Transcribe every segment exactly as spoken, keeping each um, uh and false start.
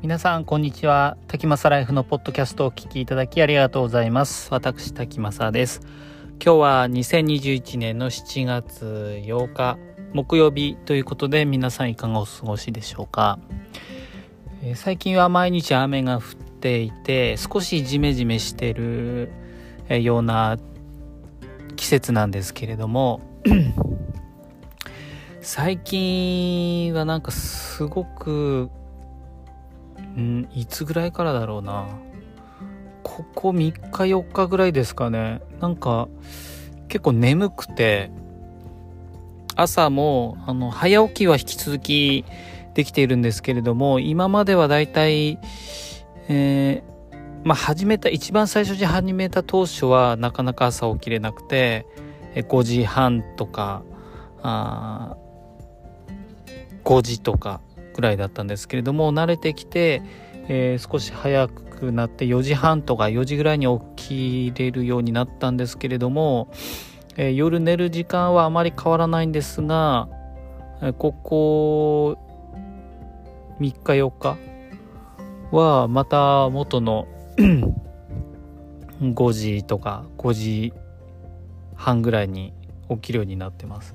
皆さんこんにちは。滝正ライフのポッドキャストをお聞きいただきありがとうございます。私滝正です。今日はにせんにじゅういちねんのしちがつようか木曜日ということで、皆さんいかがお過ごしでしょうか。えー、最近は毎日雨が降っていて、少しジメジメしているような季節なんですけれども最近はなんかすごくんいつぐらいからだろうなここみっかよっかぐらいですかね。なんか結構眠くて、朝もあの早起きは引き続きできているんですけれども、今まではだいたいえー、まあ始めた一番最初に始めた当初はなかなか朝起きれなくて、ごじはんとかあごじとかぐらいだったんですけれども、慣れてきて、えー、少し早くなってよじはんとかよじぐらいに起きれるようになったんですけれども、えー、夜寝る時間はあまり変わらないんですが、ここみっかよっかはまた元のごじとかごじはんぐらいに起きるようになってます。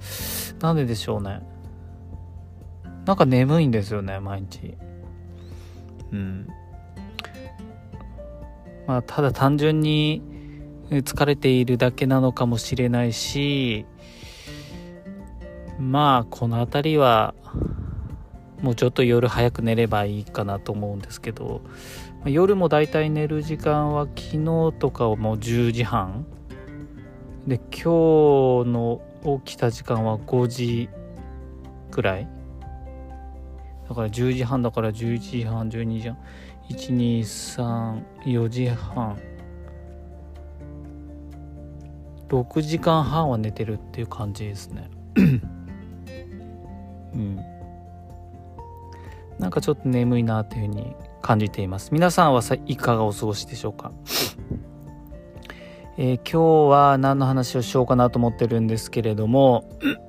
なんででしょうね。なんか眠いんですよね、毎日。うん。まあただ単純に疲れているだけなのかもしれないし、まあこのあたりはもうちょっと夜早く寝ればいいかなと思うんですけど、夜もだいたい寝る時間は昨日とかはもうじゅうじはんで、今日の起きた時間はごじくらいだからじゅうじはんだからじゅういちじはんじゅうにじはんいち、に、さん、よじはんろくじかんはんは寝てるっていう感じですねうんなんかちょっと眠いなというふうに感じています。皆さんはさいかがお過ごしでしょうか。えー、今日は何の話をしようかなと思ってるんですけれども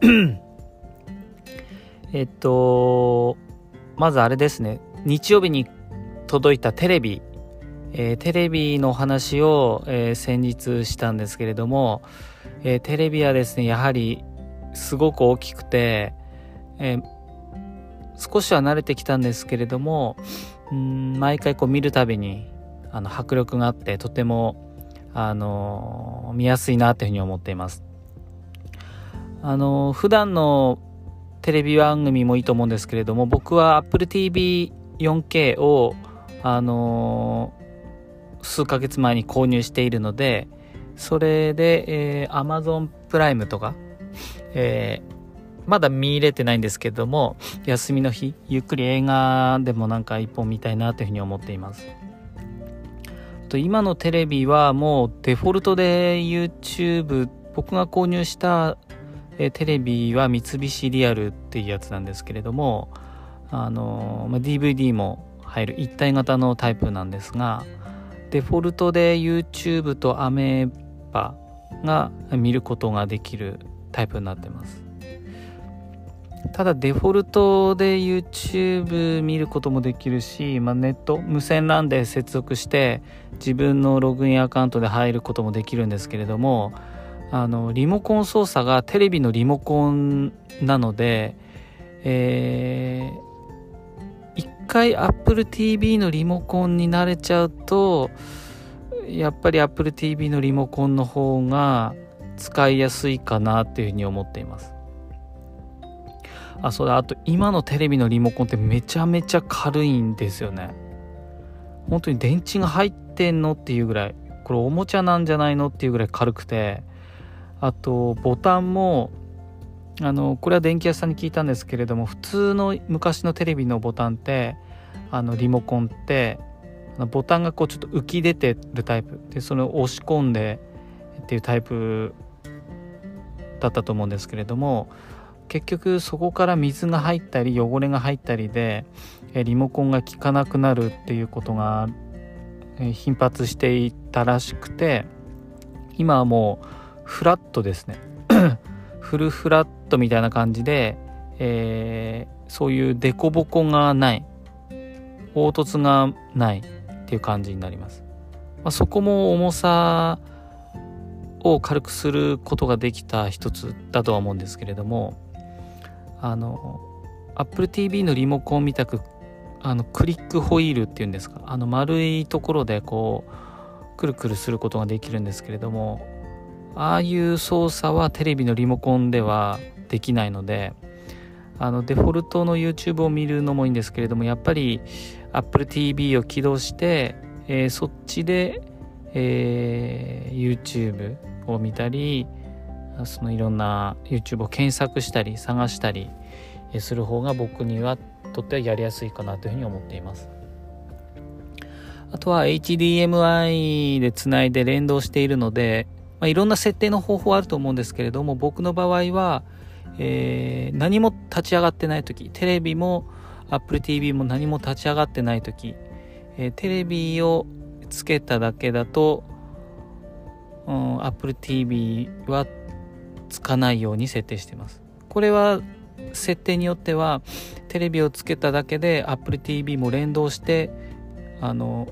えっとまずあれですね、日曜日に届いたテレビ、えー、テレビの話を、えー、先日したんですけれども、えー、テレビはですね、やはりすごく大きくて、えー、少しは慣れてきたんですけれども、うーん毎回こう見るたびにあの迫力があって、とてもあのー、見やすいなというふうに思っています。あのー、普段のテレビ番組もいいと思うんですけれども、僕は Apple ティーブイよんケー を、あのー、数ヶ月前に購入しているので、それで、えー、Amazon プライムとか、えー、まだ見入れてないんですけれども、休みの日ゆっくり映画でもなんか一本見たいなというふうに思っています。と今のテレビはもうデフォルトで YouTube、 僕が購入したえテレビは三菱リアルっていうやつなんですけれども、あの、まあ、ディーブイディー も入る一体型のタイプなんですが、デフォルトで YouTube とアメーバが見ることができるタイプになってます。ただデフォルトで YouTube 見ることもできるし、まあ、ネット無線 ラン で接続して自分のログインアカウントで入ることもできるんですけれども、あのリモコン操作がテレビのリモコンなので、えー、一回 Apple ティーブイ のリモコンに慣れちゃうと、やっぱり Apple ティーブイ のリモコンの方が使いやすいかなっていうふうに思っています。あ、そうだ、あと今のテレビのリモコンってめちゃめちゃ軽いんですよね。本当に電池が入ってんのっていうぐらい、これおもちゃなんじゃないのっていうぐらい軽くて、あとボタンもあのこれは電気屋さんに聞いたんですけれども、普通の昔のテレビのボタンって、あのリモコンってボタンがこうちょっと浮き出てるタイプで、それを押し込んでっていうタイプだったと思うんですけれども、結局そこから水が入ったり汚れが入ったりでリモコンが効かなくなるっていうことが頻発していたらしくて、今はもうフラットですねフルフラットみたいな感じで、えー、そういうデコボコがない凹凸がないっていう感じになります。まあ、そこも重さを軽くすることができた一つだとは思うんですけれども、あの Apple ティーブイ のリモコンみたくあのクリックホイールっていうんですか、あの丸いところでこうくるくるすることができるんですけれども、ああいう操作はテレビのリモコンではできないので、あのデフォルトの YouTube を見るのもいいんですけれども、やっぱり Apple ティーブイ を起動して、えー、そっちで、えー、YouTube を見たり、そのいろんな YouTube を検索したり探したりする方が僕にはとってはやりやすいかなというふうに思っています。あとは エイチディーエムアイ でつないで連動しているので、まあ、いろんな設定の方法あると思うんですけれども、僕の場合は、えー、何も立ち上がってないとき、テレビも Apple ティーブイ も何も立ち上がってないとき、えー、テレビをつけただけだと、うん、Apple ティーブイ はつかないように設定しています。これは設定によってはテレビをつけただけで Apple ティーブイ も連動してあの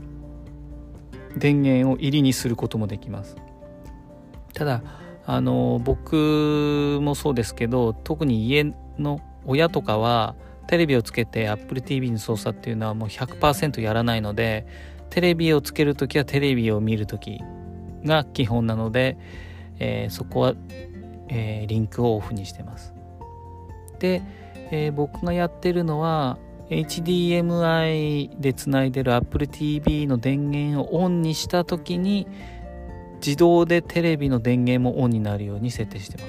電源を入りにすることもできます。ただあの僕もそうですけど、特に家の親とかはテレビをつけて Apple ティーブイ の操作っていうのはもう ひゃくパーセント やらないので、テレビをつけるときはテレビを見るときが基本なので、えー、そこは、えー、リンクをオフにしてます。で、えー、僕がやってるのは エイチディーエムアイ でつないでる Apple ティーブイ の電源をオンにしたときに自動でテレビの電源もオンになるように設定してます。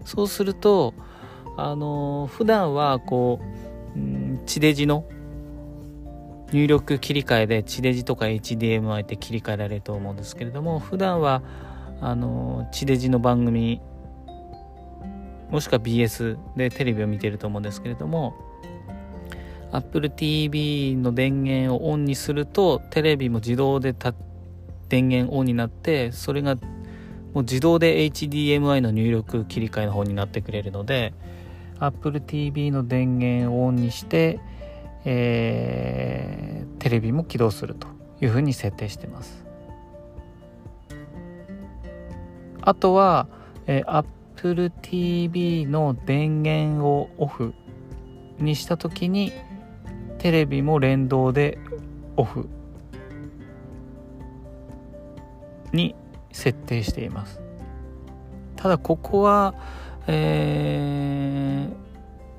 そうするとあのー、普段はこう、うん、地デジの入力切り替えで地デジとか エイチディーエムアイ って切り替えられると思うんですけれども、普段はあの地デジの番組もしくは ビーエス でテレビを見ていると思うんですけれども、 Apple ティーブイ の電源をオンにするとテレビも自動でた電源オンになって、それがもう自動で エイチディーエムアイ の入力切り替えの方になってくれるので、 Apple ティーブイ の電源をオンにして、えー、テレビも起動するというふうに設定してます。あとは、えー、Apple ティーブイ の電源をオフにしたときにテレビも連動でオフに設定しています。ただここは、えー、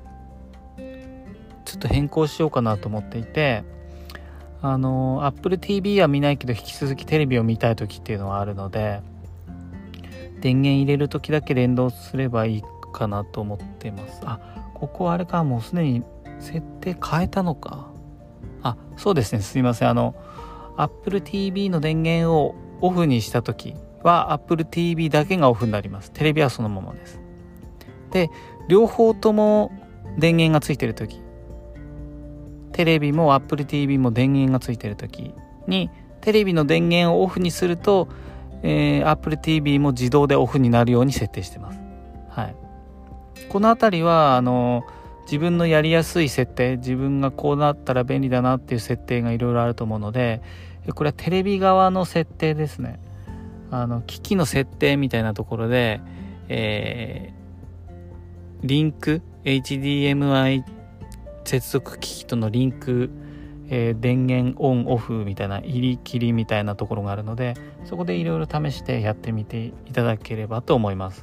ちょっと変更しようかなと思っていて、あの Apple ティーブイ は見ないけど引き続きテレビを見たいときっていうのはあるので、電源入れるときだけ連動すればいいかなと思ってます。あ、ここあれか、もうすでに設定変えたのか。あ、そうですね、すいません。あの Apple ティーブイ の電源をオフにしたときは Apple ティーブイ だけがオフになります。テレビはそのままです。で、両方とも電源がついているとき、テレビも Apple ティーブイ も電源がついているときにテレビの電源をオフにすると、えー、Apple ティーブイ も自動でオフになるように設定してます。はい。このあたりはあの自分のやりやすい設定、自分がこうなったら便利だなっていう設定がいろいろあると思うので、これはテレビ側の設定ですね。あの機器の設定みたいなところで、えー、リンク エイチディーエムアイ 接続機器とのリンク、えー、電源オンオフみたいな入り切りみたいなところがあるので、そこでいろいろ試してやってみていただければと思います。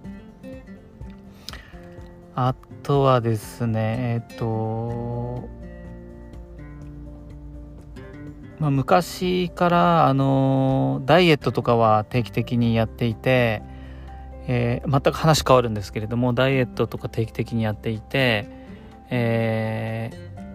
あとはですね、えっと、まあ、昔からあのダイエットとかは定期的にやっていて、えー、全く話変わるんですけれども、ダイエットとか定期的にやっていて、え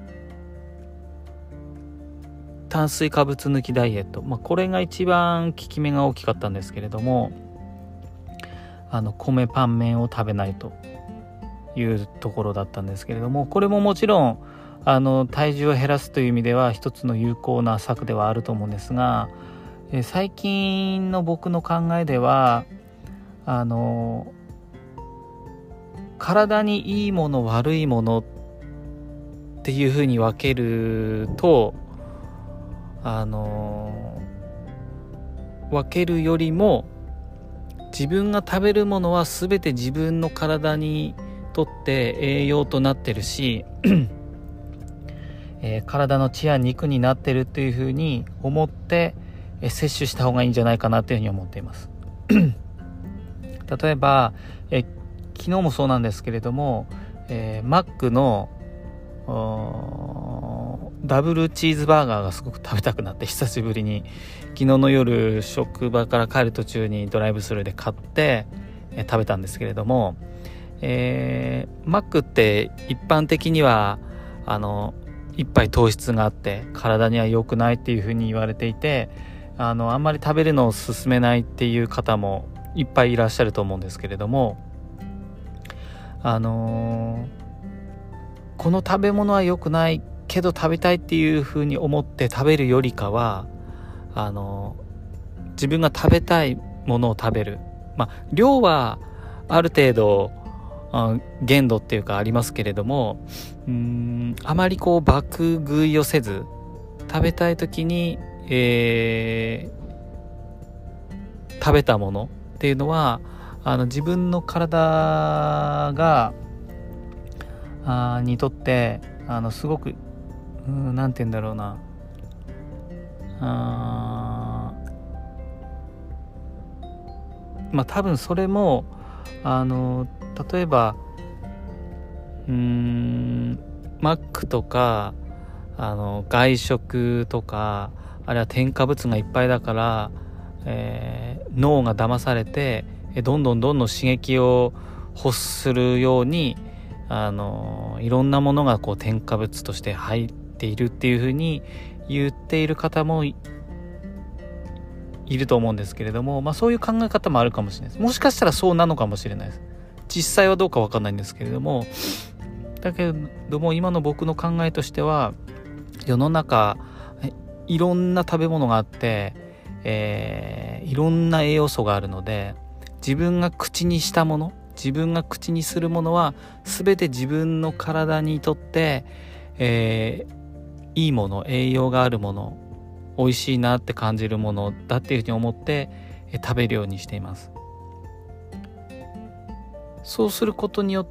ー、炭水化物抜きダイエット、まあ、これが一番効き目が大きかったんですけれども、あの米パン麺を食べないというところだったんですけれども、これももちろんあの体重を減らすという意味では一つの有効な策ではあると思うんですが、え最近の僕の考えではあの体にいいもの悪いものっていう風に分けると、あの分けるよりも、自分が食べるものは全て自分の体にとって栄養となってるし、えー、体の血や肉になってるっていう風に思って、えー、摂取した方がいいんじゃないかなという風に思っています。例えば、えー、昨日もそうなんですけれども、えー、マックのダブルチーズバーガーがすごく食べたくなって、久しぶりに昨日の夜職場から帰る途中にドライブスルーで買って、えー、食べたんですけれども、えー、マックって一般的にはあのいっぱい糖質があって体には良くないっていうふうに言われていて、あのあんまり食べるのを勧めないっていう方もいっぱいいらっしゃると思うんですけれども、あのー、この食べ物は良くないけど食べたいっていうふうに思って食べるよりかは、あのー、自分が食べたいものを食べる、まあ量はある程度限度っていうかありますけれども、うーんあまりこう爆食いをせず、食べたい時に、えー、食べたものっていうのはあの自分の体があにとってあのすごくうんなんて言うんだろうなあまあ多分それもあの例えばうーんマックとかあの外食とかあるいは添加物がいっぱいだから、えー、脳が騙されてどんどんどんどん刺激を欲するようにあのいろんなものがこう添加物として入っているっていうふうに言っている方も い, いると思うんですけれども、まあそういう考え方もあるかもしれないです。もしかしたらそうなのかもしれないです。実際はどうか分かんないんですけれども、だけども今の僕の考えとしては、世の中いろんな食べ物があって、えー、いろんな栄養素があるので、自分が口にしたもの、自分が口にするものは全て自分の体にとって、えー、いいもの、栄養があるもの、美味しいなって感じるものだっていうふうに思って、えー、食べるようにしています。そうすることによって、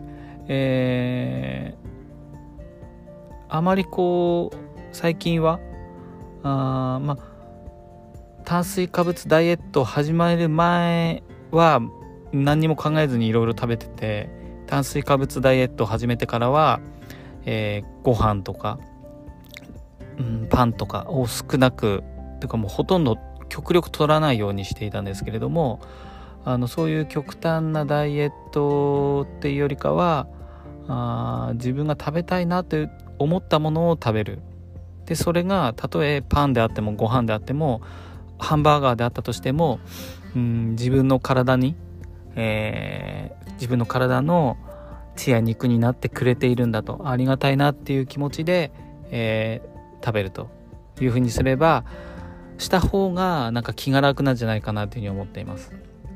えー、あまりこう最近はあまあ炭水化物ダイエットを始める前は何にも考えずにいろいろ食べてて、炭水化物ダイエットを始めてからは、えー、ご飯とか、うん、パンとかを少なくというかもうほとんど極力取らないようにしていたんですけれども、あのそういう極端なダイエットっていうよりかはあ自分が食べたいなと思ったものを食べる。でそれがたとえパンであってもご飯であってもハンバーガーであったとしても、うん、自分の体に、えー、自分の体の血や肉になってくれているんだと、ありがたいなっていう気持ちで、えー、食べるというふうにすればした方がなんか気が楽なんじゃないかなというふうに思っています。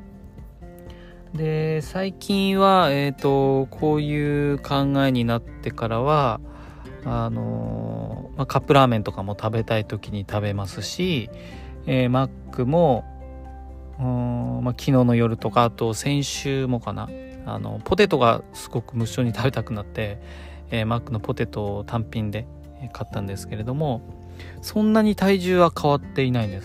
で最近は、えーと、こういう考えになってからはあのーまあ、カップラーメンとかも食べたい時に食べますし、えー、マックもうーん、まあ、昨日の夜とかあと先週もかな、あのポテトがすごく無性に食べたくなって、えー、マックのポテトを単品で買ったんですけれども、そんなに体重は変わっていないんです。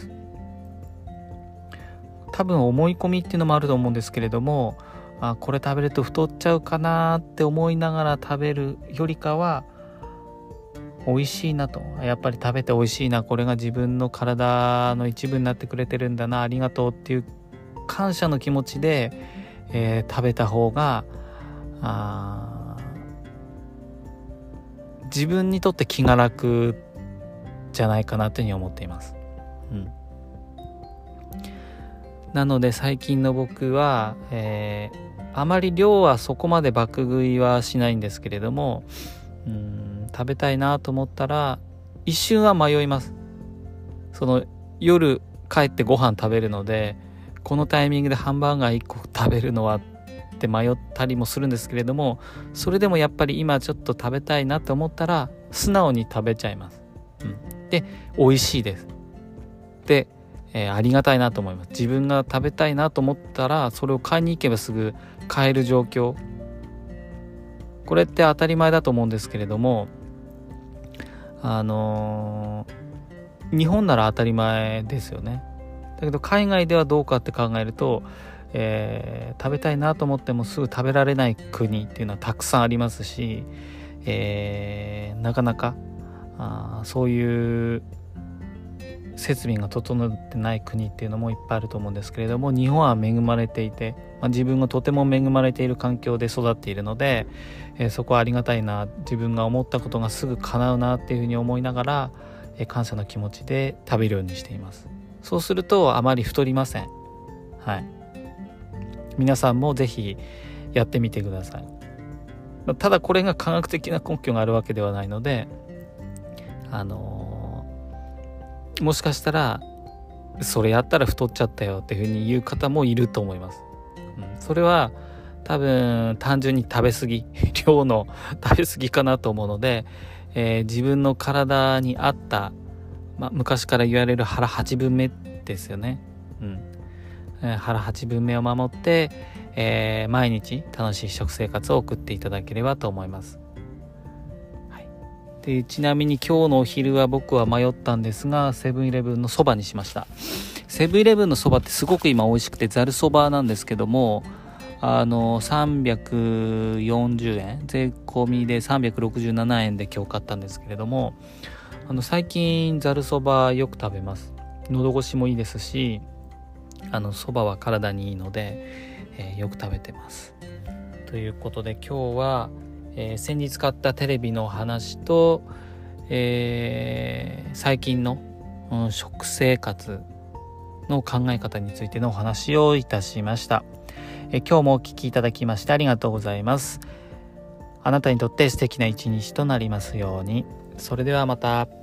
多分思い込みっていうのもあると思うんですけれども、あこれ食べると太っちゃうかなって思いながら食べるよりかは美味しいなと、やっぱり食べて美味しいな、これが自分の体の一部になってくれてるんだな、ありがとうっていう感謝の気持ちで、えー、食べた方があ自分にとって気が楽じゃないかなというふうに思っています、うん、なので最近の僕は、えー、あまり量はそこまで爆食いはしないんですけれども、うん食べたいなと思ったら一瞬は迷います。その夜帰ってご飯食べるので、このタイミングでハンバーガーいっこ食べるのはって迷ったりもするんですけれども、それでもやっぱり今ちょっと食べたいなと思ったら素直に食べちゃいます、うん、で美味しいです。で、えー、ありがたいなと思います。自分が食べたいなと思ったらそれを買いに行けばすぐ買える状況、これって当たり前だと思うんですけれども、あのー、日本なら当たり前ですよね。だけど海外ではどうかって考えると、えー、食べたいなと思ってもすぐ食べられない国っていうのはたくさんありますし、えー、なかなかあそういう設備が整ってない国っていうのもいっぱいあると思うんですけれども、日本は恵まれていて、まあ、自分がとても恵まれている環境で育っているので、えー、そこはありがたいな、自分が思ったことがすぐ叶うなっていうふうに思いながら、えー、感謝の気持ちで食べるようにしています。そうするとあまり太りません。はい。皆さんもぜひやってみてください。ただこれが科学的な根拠があるわけではないので、あのー、もしかしたらそれやったら太っちゃったよっていうふうに言う方もいると思います、うん、それは多分単純に食べ過ぎ量の食べ過ぎかなと思うので、えー、自分の体に合った、まあ、昔から言われる腹はちぶんめですよね、うんえー、腹はちぶんめを守って、えー、毎日楽しい食生活を送っていただければと思います。でちなみに今日のお昼は僕は迷ったんですが、セブンイレブンのそばにしました。セブンイレブンのそばってすごく今美味しくて、ざるそばなんですけども、あのさんびゃくよんじゅうえん、税込みでさんびゃくろくじゅうななえんで今日買ったんですけれども、あの最近ざるそばよく食べます。喉越しもいいですし、あのそばは体にいいので、えー、よく食べてます。ということで今日はえー、先日買ったテレビの話と、えー、最近の、うん、食生活の考え方についてのお話をいたしました。えー、今日もお聞きいただきましてありがとうございます。あなたにとって素敵な一日となりますように。それではまた。